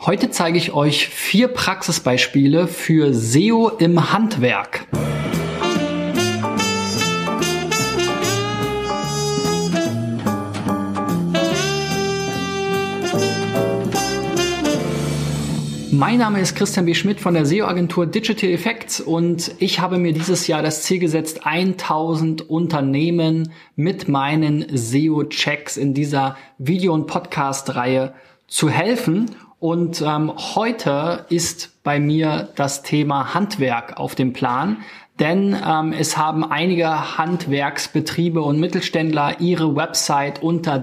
Heute zeige ich euch 4 Praxisbeispiele für SEO im Handwerk. Mein Name ist Christian B. Schmidt von der SEO-Agentur Digital Effects und ich habe mir dieses Jahr das Ziel gesetzt, 1000 Unternehmen mit meinen SEO-Checks in dieser Video- und Podcast-Reihe zu helfen. Und heute ist bei mir das Thema Handwerk auf dem Plan, denn es haben einige Handwerksbetriebe und Mittelständler ihre Website unter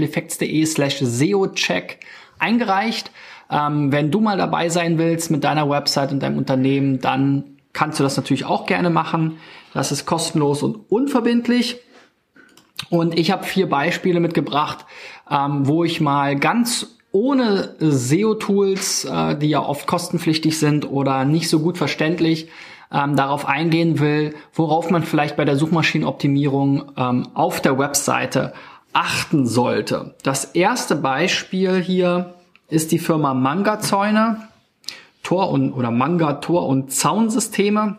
digitaleffects.de/SEO-Check eingereicht. Wenn du mal dabei sein willst mit deiner Website und deinem Unternehmen, dann kannst du das natürlich auch gerne machen. Das ist kostenlos und unverbindlich. Und ich habe 4 Beispiele mitgebracht, wo ich mal ganz ohne SEO-Tools, die ja oft kostenpflichtig sind oder nicht so gut verständlich, darauf eingehen will, worauf man vielleicht bei der Suchmaschinenoptimierung auf der Webseite achten sollte. Das erste Beispiel hier ist die Firma Manga Zäune, Manga Tor- und Zaunsysteme.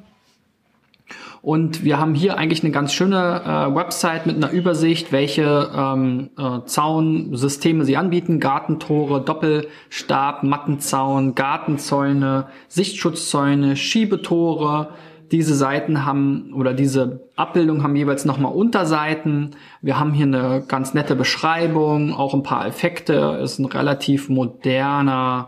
Und wir haben hier eigentlich eine ganz schöne Website mit einer Übersicht, welche Zaunsysteme sie anbieten. Gartentore, Doppelstab, Mattenzaun, Gartenzäune, Sichtschutzzäune, Schiebetore. Diese Seiten haben, oder diese Abbildungen haben jeweils nochmal Unterseiten. Wir haben hier eine ganz nette Beschreibung, auch ein paar Effekte. Es ist ein relativ moderne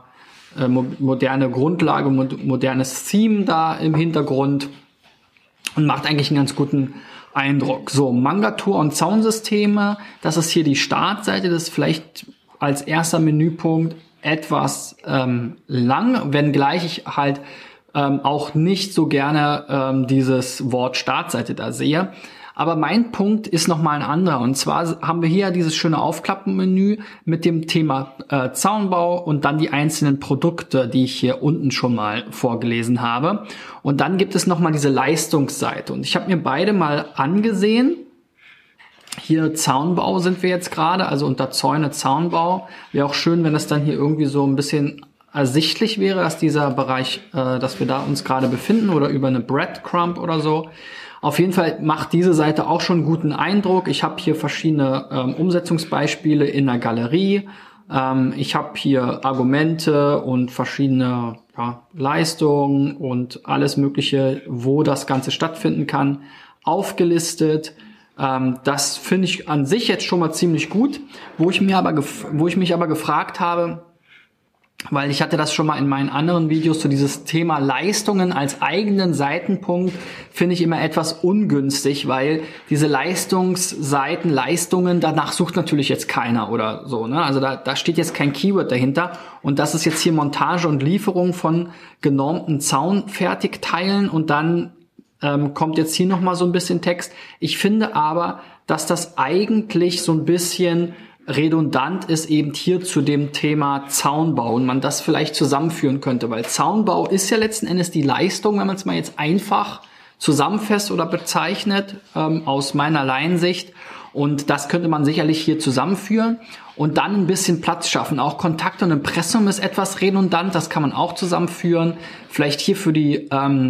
Grundlage, modernes Theme da im Hintergrund. Und macht eigentlich einen ganz guten Eindruck. So, Manga Tor- und Zaunsysteme, das ist hier die Startseite, das ist vielleicht als erster Menüpunkt etwas lang, wenngleich ich halt auch nicht so gerne dieses Wort Startseite da sehe. Aber mein Punkt ist nochmal ein anderer. Und zwar haben wir hier dieses schöne Aufklappenmenü mit dem Thema Zaunbau und dann die einzelnen Produkte, die ich hier unten schon mal vorgelesen habe. Und dann gibt es nochmal diese Leistungsseite. Und ich habe mir beide mal angesehen. Hier Zaunbau sind wir jetzt gerade, also unter Zäune Zaunbau. Wäre auch schön, wenn das dann hier irgendwie so ein bisschen ersichtlich wäre, dass dieser Bereich, dass wir da uns gerade befinden oder über eine Breadcrumb oder so. Auf jeden Fall macht diese Seite auch schon einen guten Eindruck. Ich habe hier verschiedene Umsetzungsbeispiele in der Galerie. Ich habe hier Argumente und verschiedene Leistungen und alles Mögliche, wo das Ganze stattfinden kann, aufgelistet. Das finde ich an sich jetzt schon mal ziemlich gut. Wo ich mich aber gefragt habe, weil ich hatte das schon mal in meinen anderen Videos, so dieses Thema Leistungen als eigenen Seitenpunkt finde ich immer etwas ungünstig, weil diese Leistungen, danach sucht natürlich jetzt keiner oder so, ne? Also da steht jetzt kein Keyword dahinter und das ist jetzt hier Montage und Lieferung von genormten Zaunfertigteilen und dann kommt jetzt hier nochmal so ein bisschen Text. Ich finde aber, dass das eigentlich so ein bisschen redundant ist eben hier zu dem Thema Zaunbau und man das vielleicht zusammenführen könnte, weil Zaunbau ist ja letzten Endes die Leistung, wenn man es mal jetzt einfach zusammenfasst oder bezeichnet, aus meiner Laiensicht. Und das könnte man sicherlich hier zusammenführen und dann ein bisschen Platz schaffen. Auch Kontakt und Impressum ist etwas redundant, das kann man auch zusammenführen. Vielleicht hier für die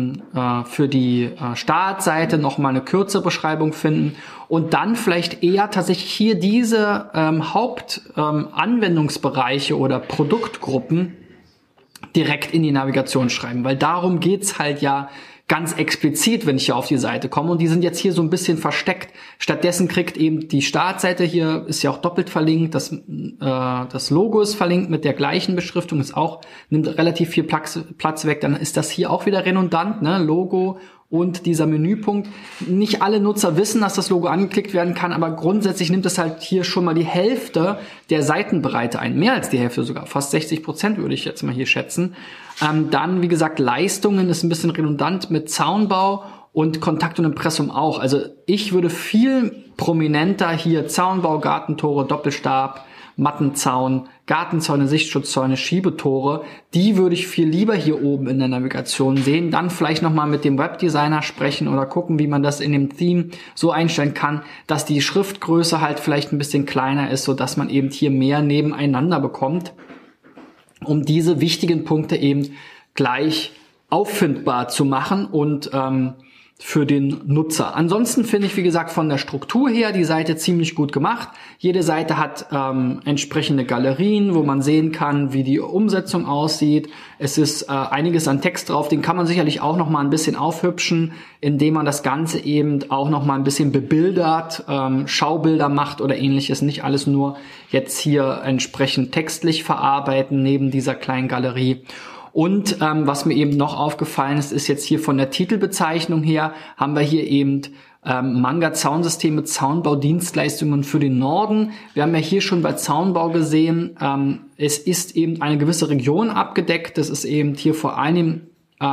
Startseite nochmal eine kürzere Beschreibung finden und dann vielleicht eher tatsächlich hier diese Hauptanwendungsbereiche oder Produktgruppen direkt in die Navigation schreiben, weil darum geht's halt ja ganz explizit, wenn ich hier auf die Seite komme und die sind jetzt hier so ein bisschen versteckt. Stattdessen kriegt eben die Startseite hier, ist ja auch doppelt verlinkt, das Logo ist verlinkt mit der gleichen Beschriftung, nimmt relativ viel Platz weg, dann ist das hier auch wieder redundant, ne? Logo und dieser Menüpunkt. Nicht alle Nutzer wissen, dass das Logo angeklickt werden kann, aber grundsätzlich nimmt es halt hier schon mal die Hälfte der Seitenbreite ein. Mehr als die Hälfte sogar, fast 60% würde ich jetzt mal hier schätzen. Dann, wie gesagt, Leistungen ist ein bisschen redundant mit Zaunbau und Kontakt und Impressum auch. Also ich würde viel prominenter hier Zaunbau, Gartentore, Doppelstab, Mattenzaun, Gartenzäune, Sichtschutzzäune, Schiebetore, die würde ich viel lieber hier oben in der Navigation sehen. Dann vielleicht nochmal mit dem Webdesigner sprechen oder gucken, wie man das in dem Theme so einstellen kann, dass die Schriftgröße halt vielleicht ein bisschen kleiner ist, sodass man eben hier mehr nebeneinander bekommt. um diese wichtigen Punkte eben gleich auffindbar zu machen und für den Nutzer. Ansonsten finde ich, wie gesagt, von der Struktur her die Seite ziemlich gut gemacht. Jede Seite hat entsprechende Galerien, wo man sehen kann, wie die Umsetzung aussieht. Es ist einiges an Text drauf, den kann man sicherlich auch noch mal ein bisschen aufhübschen, indem man das Ganze eben auch noch mal ein bisschen bebildert, Schaubilder macht oder ähnliches. Nicht alles nur jetzt hier entsprechend textlich verarbeiten neben dieser kleinen Galerie. Und was mir eben noch aufgefallen ist, ist jetzt hier von der Titelbezeichnung her, haben wir hier eben Manga-Zaunsysteme, Zaunbaudienstleistungen für den Norden. Wir haben ja hier schon bei Zaunbau gesehen, es ist eben eine gewisse Region abgedeckt. Das ist eben hier vor allem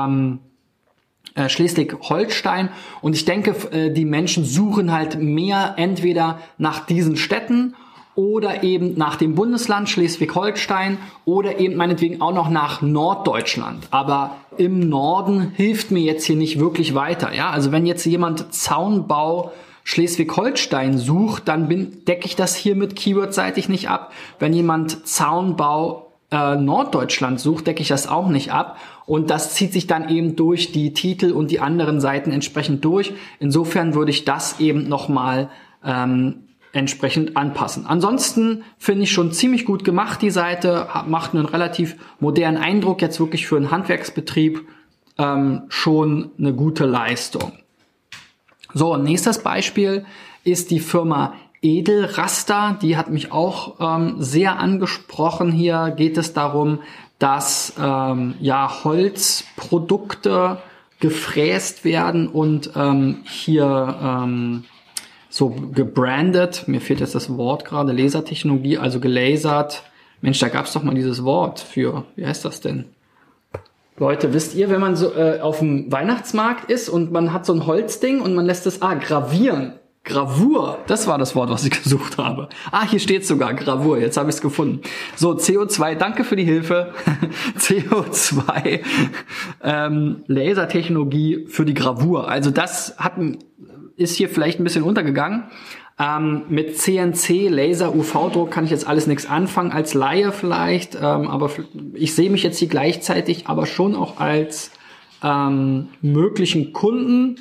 Schleswig-Holstein. Und ich denke, die Menschen suchen halt mehr entweder nach diesen Städten oder eben nach dem Bundesland Schleswig-Holstein oder eben meinetwegen auch noch nach Norddeutschland. Aber im Norden hilft mir jetzt hier nicht wirklich weiter. Ja, also wenn jetzt jemand Zaunbau Schleswig-Holstein sucht, dann decke ich das hier mit Keyword-seitig nicht ab. Wenn jemand Zaunbau Norddeutschland sucht, decke ich das auch nicht ab. Und das zieht sich dann eben durch die Titel und die anderen Seiten entsprechend durch. Insofern würde ich das eben nochmal entsprechend anpassen. Ansonsten finde ich schon ziemlich gut gemacht, die Seite, macht einen relativ modernen Eindruck, jetzt wirklich für einen Handwerksbetrieb schon eine gute Leistung. So, nächstes Beispiel ist die Firma Edelraster, die hat mich auch sehr angesprochen. Hier geht es darum, dass Holzprodukte gefräst werden und hier so gebrandet, mir fehlt jetzt das Wort gerade, Lasertechnologie, also gelasert. Mensch, da gab's doch mal dieses Wort für, wie heißt das denn? Leute, wisst ihr, wenn man so auf dem Weihnachtsmarkt ist und man hat so ein Holzding und man lässt es gravieren. Gravur, das war das Wort, was ich gesucht habe. Hier steht sogar Gravur, jetzt habe ich es gefunden. So, CO2, danke für die Hilfe. CO2 Lasertechnologie für die Gravur. Also das ist hier vielleicht ein bisschen untergegangen. Mit CNC, Laser, UV-Druck kann ich jetzt alles nichts anfangen, als Laie vielleicht, aber ich sehe mich jetzt hier gleichzeitig aber schon auch als möglichen Kunden.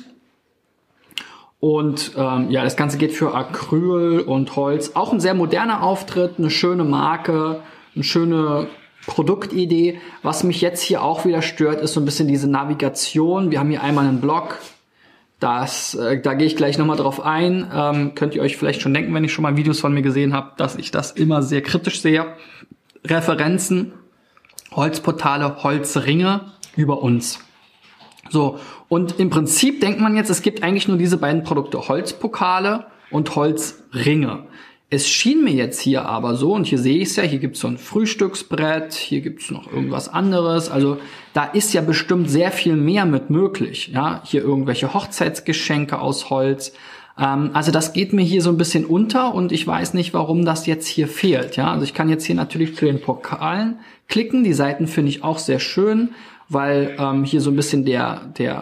Und das Ganze geht für Acryl und Holz. Auch ein sehr moderner Auftritt, eine schöne Marke, eine schöne Produktidee. Was mich jetzt hier auch wieder stört, ist so ein bisschen diese Navigation. Wir haben hier einmal einen Blog. Da gehe ich gleich nochmal drauf ein. Könnt ihr euch vielleicht schon denken, wenn ich schon mal Videos von mir gesehen habe, dass ich das immer sehr kritisch sehe. Referenzen, Holzportale, Holzringe über uns. So, und im Prinzip denkt man jetzt, es gibt eigentlich nur diese beiden Produkte, Holzpokale und Holzringe. Es schien mir jetzt hier aber so, und hier sehe ich es ja, hier gibt es so ein Frühstücksbrett, hier gibt es noch irgendwas anderes, also da ist ja bestimmt sehr viel mehr mit möglich, ja, hier irgendwelche Hochzeitsgeschenke aus Holz, also das geht mir hier so ein bisschen unter und ich weiß nicht, warum das jetzt hier fehlt, ja, also ich kann jetzt hier natürlich zu den Pokalen klicken, die Seiten finde ich auch sehr schön, weil hier so ein bisschen der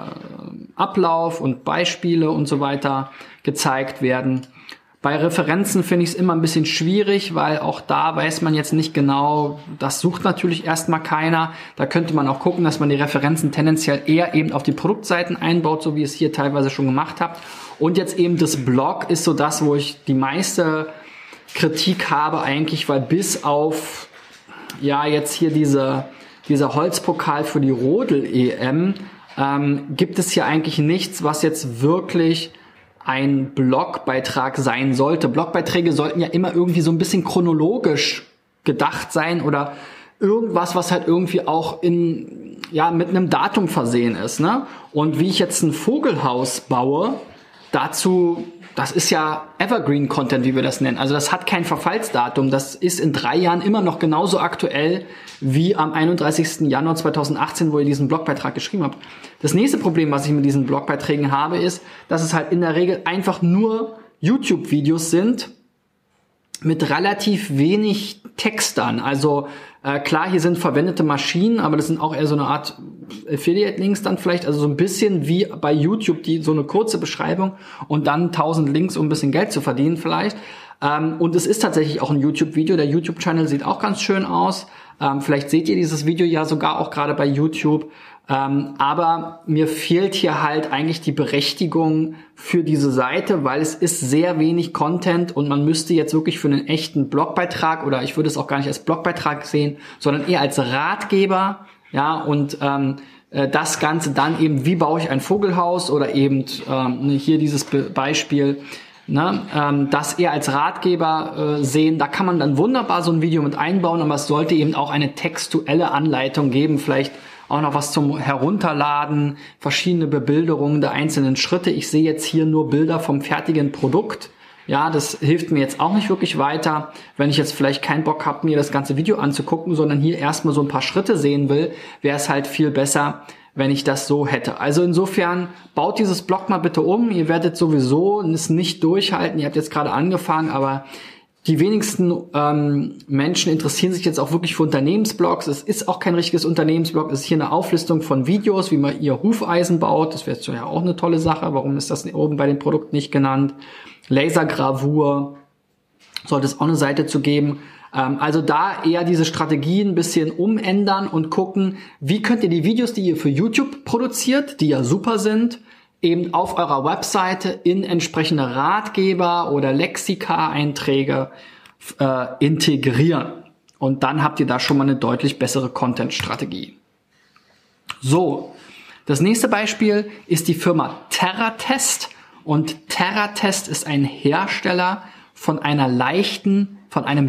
Ablauf und Beispiele und so weiter gezeigt werden. Bei Referenzen finde ich es immer ein bisschen schwierig, weil auch da weiß man jetzt nicht genau, das sucht natürlich erstmal keiner. Da könnte man auch gucken, dass man die Referenzen tendenziell eher eben auf die Produktseiten einbaut, so wie ich es hier teilweise schon gemacht habe. Und jetzt eben das Blog ist so das, wo ich die meiste Kritik habe eigentlich, weil bis auf jetzt hier dieser Holzpokal für die Rodel-EM gibt es hier eigentlich nichts, was jetzt wirklich ein Blogbeitrag sein sollte. Blogbeiträge sollten ja immer irgendwie so ein bisschen chronologisch gedacht sein oder irgendwas, was halt irgendwie auch mit einem Datum versehen ist, ne? Und wie ich jetzt ein Vogelhaus baue, das ist ja Evergreen-Content, wie wir das nennen. Also das hat kein Verfallsdatum. Das ist in 3 Jahren immer noch genauso aktuell wie am 31. Januar 2018, wo ihr diesen Blogbeitrag geschrieben habt. Das nächste Problem, was ich mit diesen Blogbeiträgen habe, ist, dass es halt in der Regel einfach nur YouTube-Videos sind mit relativ wenig Text dann. Also klar, hier sind verwendete Maschinen, aber das sind auch eher so eine Art Affiliate-Links dann vielleicht, also so ein bisschen wie bei YouTube, so eine kurze Beschreibung und dann 1000 Links, um ein bisschen Geld zu verdienen vielleicht. Und es ist tatsächlich auch ein YouTube-Video. Der YouTube-Channel sieht auch ganz schön aus. Vielleicht seht ihr dieses Video ja sogar auch gerade bei YouTube. Aber mir fehlt hier halt eigentlich die Berechtigung für diese Seite, weil es ist sehr wenig Content und man müsste jetzt wirklich für einen echten Blogbeitrag, oder ich würde es auch gar nicht als Blogbeitrag sehen, sondern eher als Ratgeber, ja, und das Ganze dann eben, wie baue ich ein Vogelhaus, oder eben hier dieses Beispiel, ne, das eher als Ratgeber sehen. Da kann man dann wunderbar so ein Video mit einbauen, aber es sollte eben auch eine textuelle Anleitung geben, vielleicht auch noch was zum Herunterladen, verschiedene Bebilderungen der einzelnen Schritte. Ich sehe jetzt hier nur Bilder vom fertigen Produkt. Ja, das hilft mir jetzt auch nicht wirklich weiter, wenn ich jetzt vielleicht keinen Bock habe, mir das ganze Video anzugucken, sondern hier erstmal so ein paar Schritte sehen will, wäre es halt viel besser, wenn ich das so hätte. Also insofern, baut dieses Blog mal bitte um. Ihr werdet sowieso es nicht durchhalten. Ihr habt jetzt gerade angefangen, aber die wenigsten Menschen interessieren sich jetzt auch wirklich für Unternehmensblogs. Es ist auch kein richtiges Unternehmensblog. Es ist hier eine Auflistung von Videos, wie man ihr Hufeisen baut. Das wäre ja auch eine tolle Sache. Warum ist das oben bei den Produkten nicht genannt? Lasergravur sollte es auch eine Seite zu geben. Also da eher diese Strategien ein bisschen umändern und gucken, wie könnt ihr die Videos, die ihr für YouTube produziert, die ja super sind, eben auf eurer Webseite in entsprechende Ratgeber oder Lexika-Einträge integrieren. Und dann habt ihr da schon mal eine deutlich bessere Content-Strategie. So, das nächste Beispiel ist die Firma TerraTest. Und TerraTest ist ein Hersteller von einem leichten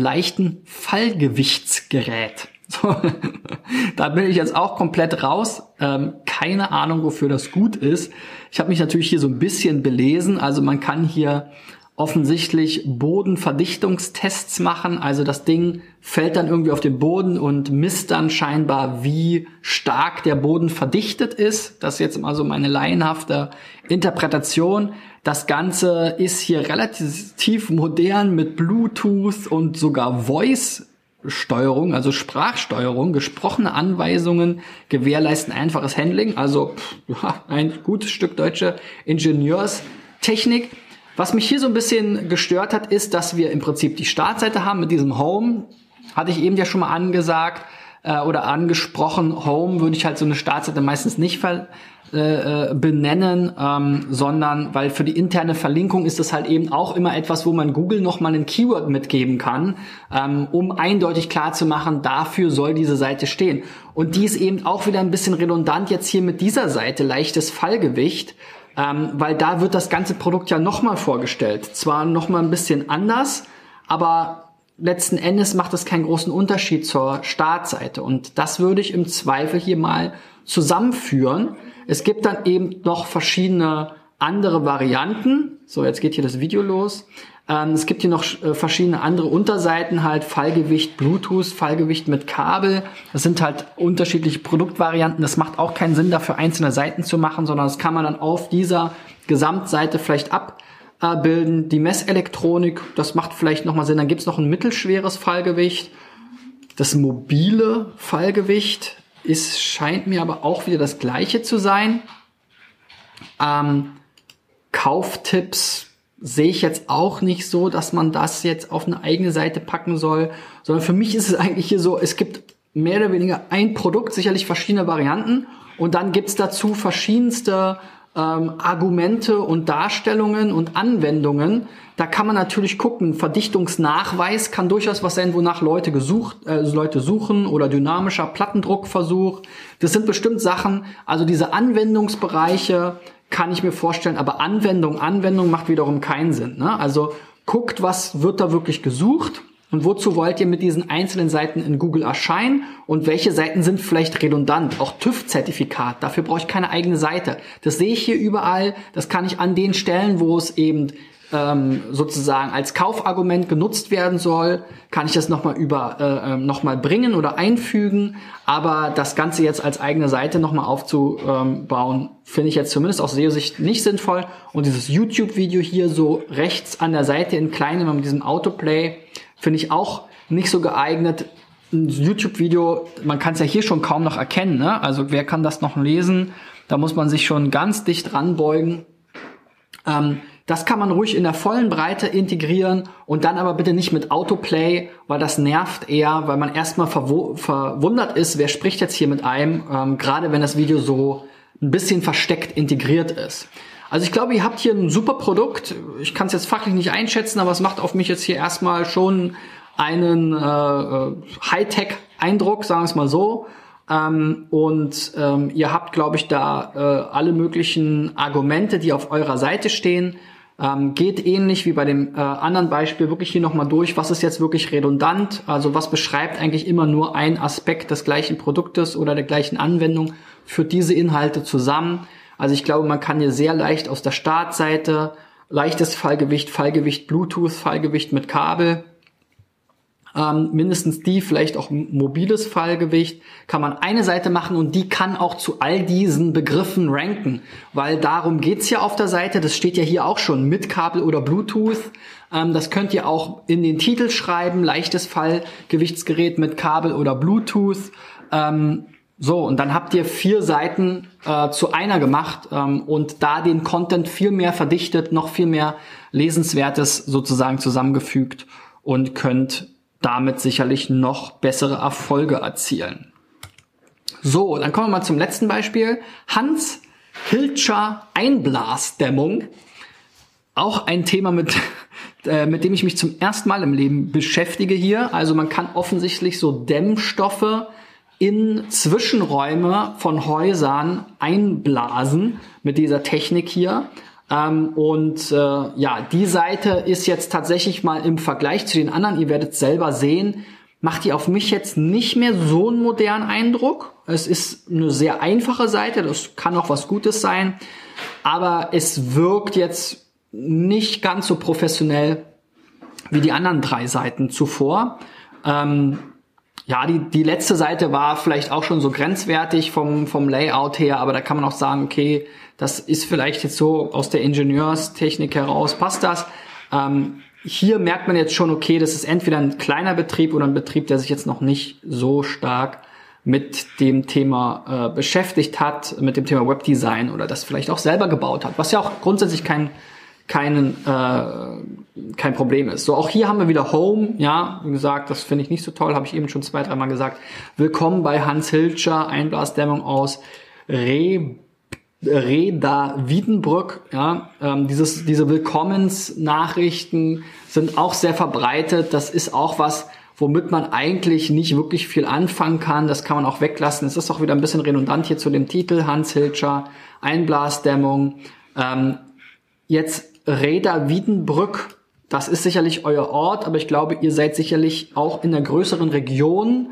Fallgewichtsgerät. So, da bin ich jetzt auch komplett raus. Keine Ahnung, wofür das gut ist. Ich habe mich natürlich hier so ein bisschen belesen. Also man kann hier offensichtlich Bodenverdichtungstests machen. Also das Ding fällt dann irgendwie auf den Boden und misst dann scheinbar, wie stark der Boden verdichtet ist. Das ist jetzt mal so meine laienhafte Interpretation. Das Ganze ist hier relativ modern mit Bluetooth und sogar Voice-Steuerung, also Sprachsteuerung, gesprochene Anweisungen gewährleisten einfaches Handling. Also ein gutes Stück deutsche Ingenieurstechnik. Was mich hier so ein bisschen gestört hat, ist, dass wir im Prinzip die Startseite haben mit diesem Home. Hatte ich eben ja schon mal angesagt oder angesprochen. Home würde ich halt so eine Startseite meistens nicht benennen, sondern weil für die interne Verlinkung ist das halt eben auch immer etwas, wo man Google nochmal ein Keyword mitgeben kann, um eindeutig klar zu machen, dafür soll diese Seite stehen. Und die ist eben auch wieder ein bisschen redundant jetzt hier mit dieser Seite, leichtes Fallgewicht. Weil da wird das ganze Produkt ja nochmal vorgestellt. Zwar nochmal ein bisschen anders, aber letzten Endes macht das keinen großen Unterschied zur Startseite. Und das würde ich im Zweifel hier mal zusammenführen. Es gibt dann eben noch verschiedene andere Varianten. So, jetzt geht hier das Video los. Es gibt hier noch verschiedene andere Unterseiten, halt Fallgewicht Bluetooth, Fallgewicht mit Kabel. Das sind halt unterschiedliche Produktvarianten. Das macht auch keinen Sinn, dafür einzelne Seiten zu machen, sondern das kann man dann auf dieser Gesamtseite vielleicht abbilden. Die Messelektronik, das macht vielleicht nochmal Sinn. Dann gibt's noch ein mittelschweres Fallgewicht. Das mobile Fallgewicht scheint mir aber auch wieder das gleiche zu sein. Kauftipps sehe ich jetzt auch nicht so, dass man das jetzt auf eine eigene Seite packen soll, sondern für mich ist es eigentlich hier so, es gibt mehr oder weniger ein Produkt, sicherlich verschiedene Varianten und dann gibt's dazu verschiedenste Argumente und Darstellungen und Anwendungen. Da kann man natürlich gucken, Verdichtungsnachweis kann durchaus was sein, wonach Leute suchen oder dynamischer Plattendruckversuch. Das sind bestimmt Sachen, also diese Anwendungsbereiche kann ich mir vorstellen, aber Anwendung macht wiederum keinen Sinn. Ne? Also guckt, was wird da wirklich gesucht und wozu wollt ihr mit diesen einzelnen Seiten in Google erscheinen und welche Seiten sind vielleicht redundant. Auch TÜV-Zertifikat, dafür brauche ich keine eigene Seite. Das sehe ich hier überall, das kann ich an den Stellen, wo es eben sozusagen als Kaufargument genutzt werden soll, kann ich das nochmal nochmal bringen oder einfügen, aber das Ganze jetzt als eigene Seite nochmal aufzubauen, finde ich jetzt zumindest aus SEO-Sicht nicht sinnvoll. Und dieses YouTube-Video hier so rechts an der Seite in kleinem mit diesem Autoplay finde ich auch nicht so geeignet. Ein YouTube-Video, man kann es ja hier schon kaum noch erkennen, ne? Also wer kann das noch lesen? Da muss man sich schon ganz dicht ranbeugen. Das kann man ruhig in der vollen Breite integrieren und dann aber bitte nicht mit Autoplay, weil das nervt eher, weil man erstmal verwundert ist, wer spricht jetzt hier mit einem, gerade wenn das Video so ein bisschen versteckt integriert ist. Also ich glaube, ihr habt hier ein super Produkt. Ich kann es jetzt fachlich nicht einschätzen, aber es macht auf mich jetzt hier erstmal schon einen Hightech-Eindruck, sagen wir es mal so. Ihr habt, glaube ich, da alle möglichen Argumente, die auf eurer Seite stehen. Geht ähnlich wie bei dem anderen Beispiel wirklich hier nochmal durch, was ist jetzt wirklich redundant, also was beschreibt eigentlich immer nur ein Aspekt des gleichen Produktes oder der gleichen Anwendung, führt diese Inhalte zusammen. Also ich glaube, man kann hier sehr leicht aus der Startseite, leichtes Fallgewicht Bluetooth, Fallgewicht mit Kabel, mindestens die, vielleicht auch mobiles Fallgewicht, kann man eine Seite machen und die kann auch zu all diesen Begriffen ranken, weil darum geht's ja auf der Seite, das steht ja hier auch schon, mit Kabel oder Bluetooth, das könnt ihr auch in den Titel schreiben, leichtes Fallgewichtsgerät mit Kabel oder Bluetooth, und dann habt ihr 4 Seiten zu einer gemacht und da den Content viel mehr verdichtet, noch viel mehr Lesenswertes sozusagen zusammengefügt und könnt damit sicherlich noch bessere Erfolge erzielen. So, dann kommen wir mal zum letzten Beispiel. Hans Hilscher Einblasdämmung. Auch ein Thema, mit dem ich mich zum ersten Mal im Leben beschäftige hier. Also man kann offensichtlich so Dämmstoffe in Zwischenräume von Häusern einblasen mit dieser Technik hier. Die Seite ist jetzt tatsächlich mal im Vergleich zu den anderen, ihr werdet selber sehen, macht die auf mich jetzt nicht mehr so einen modernen Eindruck. Es ist eine sehr einfache Seite, das kann auch was Gutes sein, aber es wirkt jetzt nicht ganz so professionell wie die anderen 3 Seiten zuvor. Die letzte Seite war vielleicht auch schon so grenzwertig vom Layout her, aber da kann man auch sagen, okay, das ist vielleicht jetzt so aus der Ingenieurstechnik heraus, passt das. Hier merkt man jetzt schon, okay, das ist entweder ein kleiner Betrieb oder ein Betrieb, der sich jetzt noch nicht so stark mit dem Thema beschäftigt hat, mit dem Thema Webdesign oder das vielleicht auch selber gebaut hat, was ja auch grundsätzlich kein Problem ist. So, auch hier haben wir wieder Home, ja, wie gesagt, das finde ich nicht so toll, habe ich eben schon 2-3 Mal gesagt. Willkommen bei Hans Hilscher, Einblasdämmung aus Reda Wiedenbrück, ja, diese Willkommensnachrichten sind auch sehr verbreitet. Das ist auch was, womit man eigentlich nicht wirklich viel anfangen kann. Das kann man auch weglassen. Es ist auch wieder ein bisschen redundant hier zu dem Titel Hans Hilscher, Einblasdämmung. Jetzt Reda Wiedenbrück, das ist sicherlich euer Ort, aber ich glaube, ihr seid sicherlich auch in einer größeren Region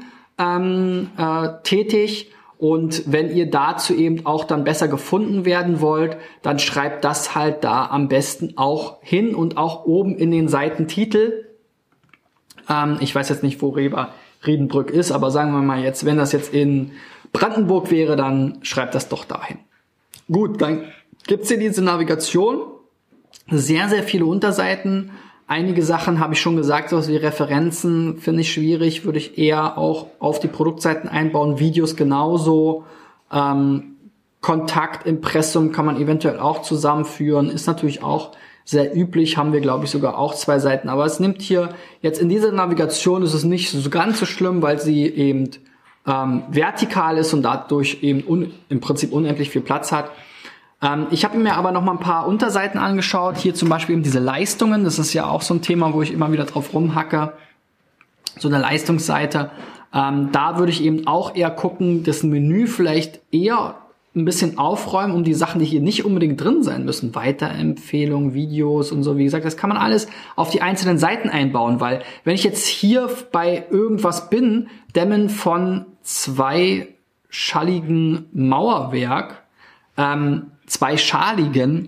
tätig. Und wenn ihr dazu eben auch dann besser gefunden werden wollt, dann schreibt das halt da am besten auch hin und auch oben in den Seitentitel. Ich weiß jetzt nicht, wo Reda Wiedenbrück ist, aber sagen wir mal jetzt, wenn das jetzt in Brandenburg wäre, dann schreibt das doch dahin. Gut, dann gibt's hier diese Navigation. Sehr, sehr viele Unterseiten. Einige Sachen habe ich schon gesagt, sowas wie Referenzen finde ich schwierig, würde ich eher auch auf die Produktseiten einbauen, Videos genauso, Kontakt, Impressum kann man eventuell auch zusammenführen, ist natürlich auch sehr üblich, haben wir glaube ich sogar auch 2 Seiten, aber es nimmt hier, jetzt in dieser Navigation ist es nicht so ganz so schlimm, weil sie eben vertikal ist und dadurch eben im Prinzip unendlich viel Platz hat. Ich habe mir aber noch mal ein paar Unterseiten angeschaut. Hier zum Beispiel eben diese Leistungen. Das ist ja auch so ein Thema, wo ich immer wieder drauf rumhacke. So eine Leistungsseite. Da würde ich eben auch eher gucken, das Menü vielleicht eher ein bisschen aufräumen, um die Sachen, die hier nicht unbedingt drin sein müssen. Weiterempfehlungen, Videos und so. Wie gesagt, das kann man alles auf die einzelnen Seiten einbauen. Weil wenn ich jetzt hier bei irgendwas bin, Dämmen von zweischaligen Mauerwerk, zweischaligem,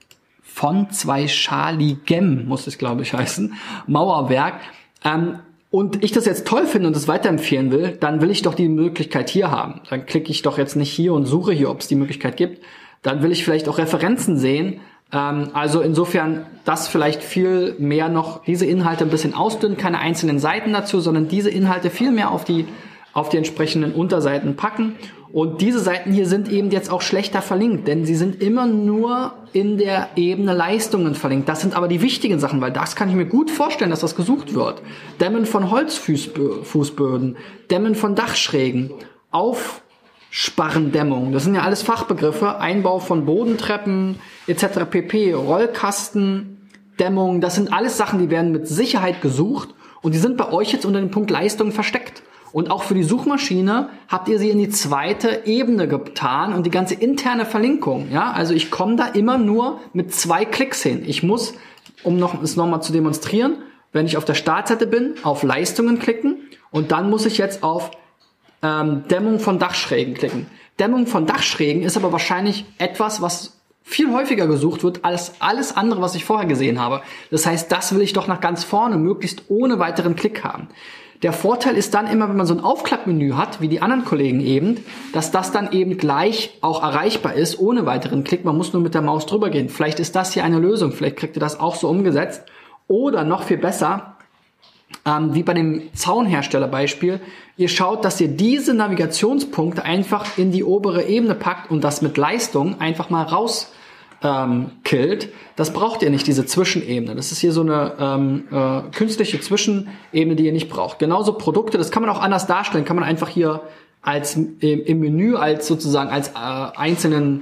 muss es glaube ich heißen, Mauerwerk, und ich das jetzt toll finde und das weiterempfehlen will, dann will ich doch die Möglichkeit hier haben. Dann klicke ich doch jetzt nicht hier und suche hier, ob es die Möglichkeit gibt. Dann will ich vielleicht auch Referenzen sehen. Also insofern das vielleicht viel mehr noch diese Inhalte ein bisschen ausdünnen, keine einzelnen Seiten dazu, sondern diese Inhalte viel mehr auf die auf die entsprechenden Unterseiten packen. Und diese Seiten hier sind eben jetzt auch schlechter verlinkt, denn sie sind immer nur in der Ebene Leistungen verlinkt. Das sind aber die wichtigen Sachen, weil das kann ich mir gut vorstellen, dass das gesucht wird. Dämmen von Holzfußböden, Dämmen von Dachschrägen, Aufsparrendämmung, das sind ja alles Fachbegriffe, Einbau von Bodentreppen etc. pp, Rollkasten, Dämmung, das sind alles Sachen, die werden mit Sicherheit gesucht und die sind bei euch jetzt unter dem Punkt Leistung versteckt. Und auch für die Suchmaschine habt ihr sie in die zweite Ebene getan und die ganze interne Verlinkung. Ja, also ich komme da immer nur mit 2 Klicks hin. Ich muss, es nochmal zu demonstrieren, wenn ich auf der Startseite bin, auf Leistungen klicken und dann muss ich jetzt auf Dämmung von Dachschrägen klicken. Dämmung von Dachschrägen ist aber wahrscheinlich etwas, was viel häufiger gesucht wird als alles andere, was ich vorher gesehen habe. Das heißt, das will ich doch nach ganz vorne, möglichst ohne weiteren Klick haben. Der Vorteil ist dann immer, wenn man so ein Aufklappmenü hat, wie die anderen Kollegen eben, dass das dann eben gleich auch erreichbar ist, ohne weiteren Klick. Man muss nur mit der Maus drüber gehen. Vielleicht ist das hier eine Lösung. Vielleicht kriegt ihr das auch so umgesetzt. Oder noch viel besser, wie bei dem Zaunherstellerbeispiel, ihr schaut, dass ihr diese Navigationspunkte einfach in die obere Ebene packt und das mit Leistung einfach mal raus killt. Das braucht ihr nicht, diese Zwischenebene. Das ist hier so eine künstliche Zwischenebene, die ihr nicht braucht. Genauso Produkte, das kann man auch anders darstellen, kann man einfach hier als im Menü als sozusagen als einzelnen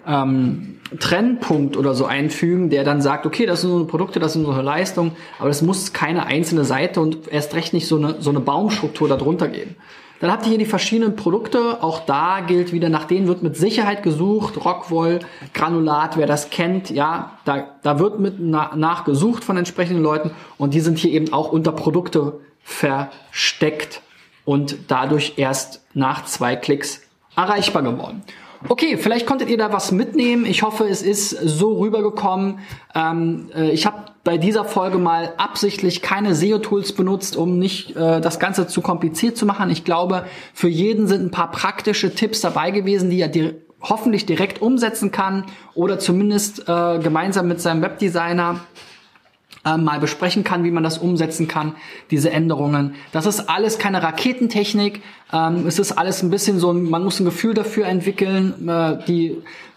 Trennpunkt oder so einfügen, der dann sagt, okay, das sind so Produkte, das sind so eine Leistung, aber das muss keine einzelne Seite und erst recht nicht so eine Baumstruktur darunter geben. Dann habt ihr hier die verschiedenen Produkte. Auch da gilt wieder, nach denen wird mit Sicherheit gesucht. Rockwool, Granulat, wer das kennt, ja, da wird nachgesucht von entsprechenden Leuten. Und die sind hier eben auch unter Produkte versteckt und dadurch erst nach 2 Klicks erreichbar geworden. Okay, vielleicht konntet ihr da was mitnehmen. Ich hoffe, es ist so rübergekommen. Ich habe bei dieser Folge mal absichtlich keine SEO-Tools benutzt, um nicht das Ganze zu kompliziert zu machen. Ich glaube, für jeden sind ein paar praktische Tipps dabei gewesen, die er hoffentlich direkt umsetzen kann oder zumindest gemeinsam mit seinem Webdesigner mal besprechen kann, wie man das umsetzen kann, diese Änderungen. Das ist alles keine Raketentechnik. Es ist alles ein bisschen so, man muss ein Gefühl dafür entwickeln. Die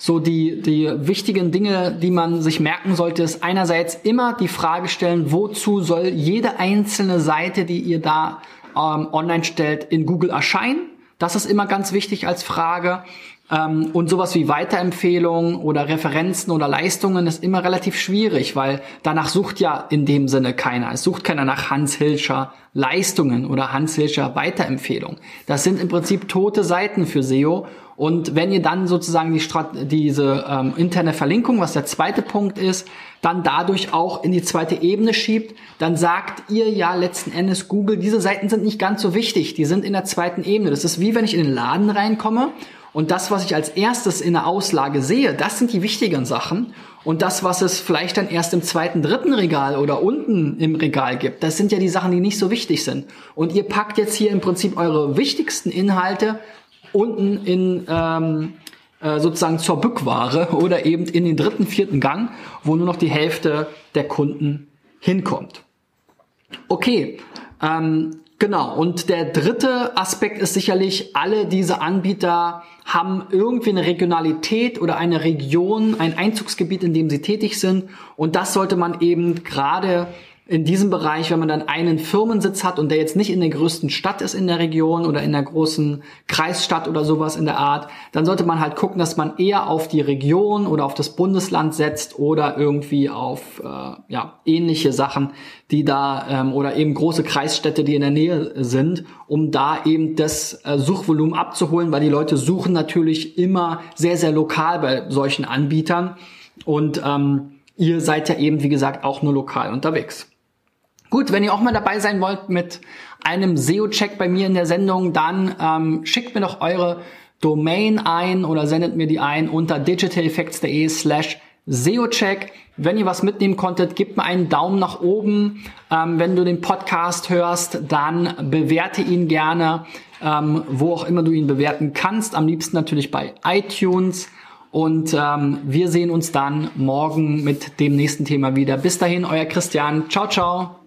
wichtigen Dinge, die man sich merken sollte, ist einerseits immer die Frage stellen, wozu soll jede einzelne Seite, die ihr da online stellt, in Google erscheinen? Das ist immer ganz wichtig als Frage. Und sowas wie Weiterempfehlungen oder Referenzen oder Leistungen ist immer relativ schwierig, weil danach sucht ja in dem Sinne keiner. Es sucht keiner nach Hans Hilscher Leistungen oder Hans Hilscher Weiterempfehlungen. Das sind im Prinzip tote Seiten für SEO. Und wenn ihr dann sozusagen diese interne Verlinkung, was der zweite Punkt ist, dann dadurch auch in die zweite Ebene schiebt, dann sagt ihr ja letzten Endes Google, diese Seiten sind nicht ganz so wichtig, die sind in der zweiten Ebene. Das ist wie wenn ich in den Laden reinkomme und das, was ich als erstes in der Auslage sehe, das sind die wichtigen Sachen. Und das, was es vielleicht dann erst im zweiten, dritten Regal oder unten im Regal gibt, das sind ja die Sachen, die nicht so wichtig sind. Und ihr packt jetzt hier im Prinzip eure wichtigsten Inhalte unten in sozusagen zur Bückware oder eben in den dritten, vierten Gang, wo nur noch die Hälfte der Kunden hinkommt. Okay, genau. Und der dritte Aspekt ist sicherlich, alle diese Anbieter haben irgendwie eine Regionalität oder eine Region, ein Einzugsgebiet, in dem sie tätig sind. Und das sollte man eben gerade in diesem Bereich, wenn man dann einen Firmensitz hat und der jetzt nicht in der größten Stadt ist in der Region oder in der großen Kreisstadt oder sowas in der Art, dann sollte man halt gucken, dass man eher auf die Region oder auf das Bundesland setzt oder irgendwie auf ähnliche Sachen, die da oder eben große Kreisstädte, die in der Nähe sind, um da eben das Suchvolumen abzuholen, weil die Leute suchen natürlich immer sehr, sehr lokal bei solchen Anbietern und ihr seid ja eben, wie gesagt, auch nur lokal unterwegs. Gut, wenn ihr auch mal dabei sein wollt mit einem SEO-Check bei mir in der Sendung, dann schickt mir doch eure Domain ein oder sendet mir die ein unter digitaleffects.de/SEO-Check. Wenn ihr was mitnehmen konntet, gebt mir einen Daumen nach oben. Wenn du den Podcast hörst, dann bewerte ihn gerne, wo auch immer du ihn bewerten kannst. Am liebsten natürlich bei iTunes. Und wir sehen uns dann morgen mit dem nächsten Thema wieder. Bis dahin, euer Christian. Ciao, ciao.